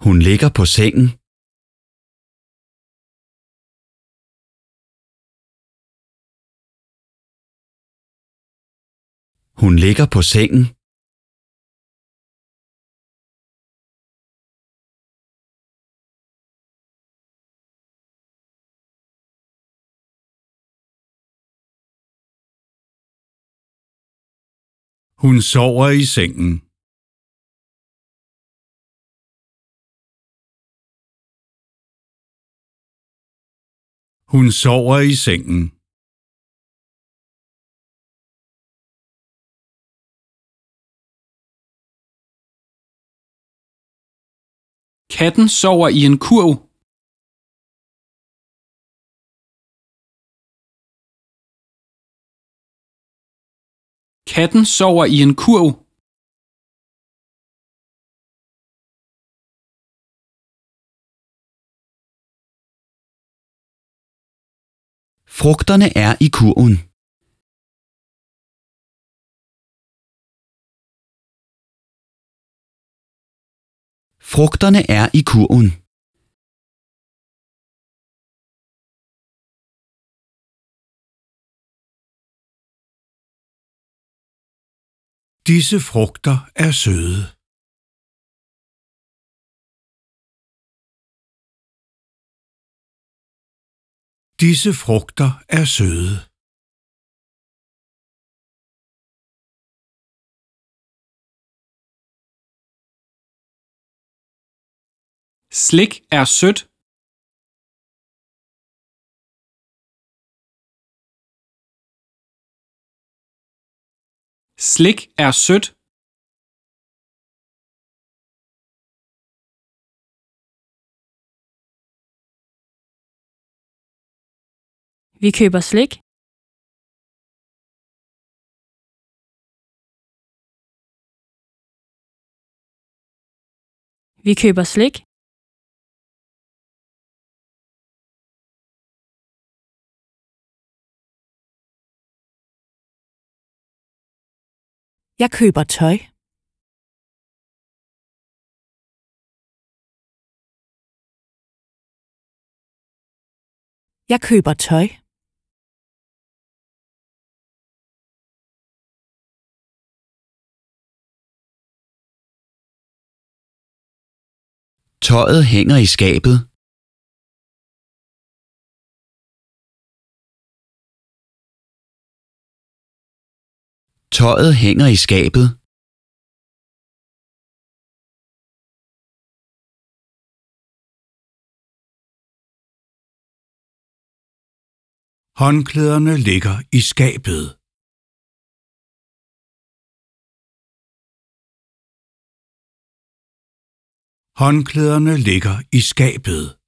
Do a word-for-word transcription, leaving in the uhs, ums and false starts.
Hun ligger på sengen. Hun ligger på sengen. Hun sover i sengen. Hun sover i sengen. Katten sover i en kurv. Katten sover i en kurv. Frugterne er i kurven. Frugterne er i kurven. Disse frugter er søde. Disse frugter er søde. Slik er sødt. Slik er sødt. Vi køber slik. Vi køber slik. Jeg køber tøj. Jeg køber tøj. Tøjet hænger i skabet. Tøjet hænger i skabet. Håndklæderne ligger i skabet. Håndklæderne ligger i skabet.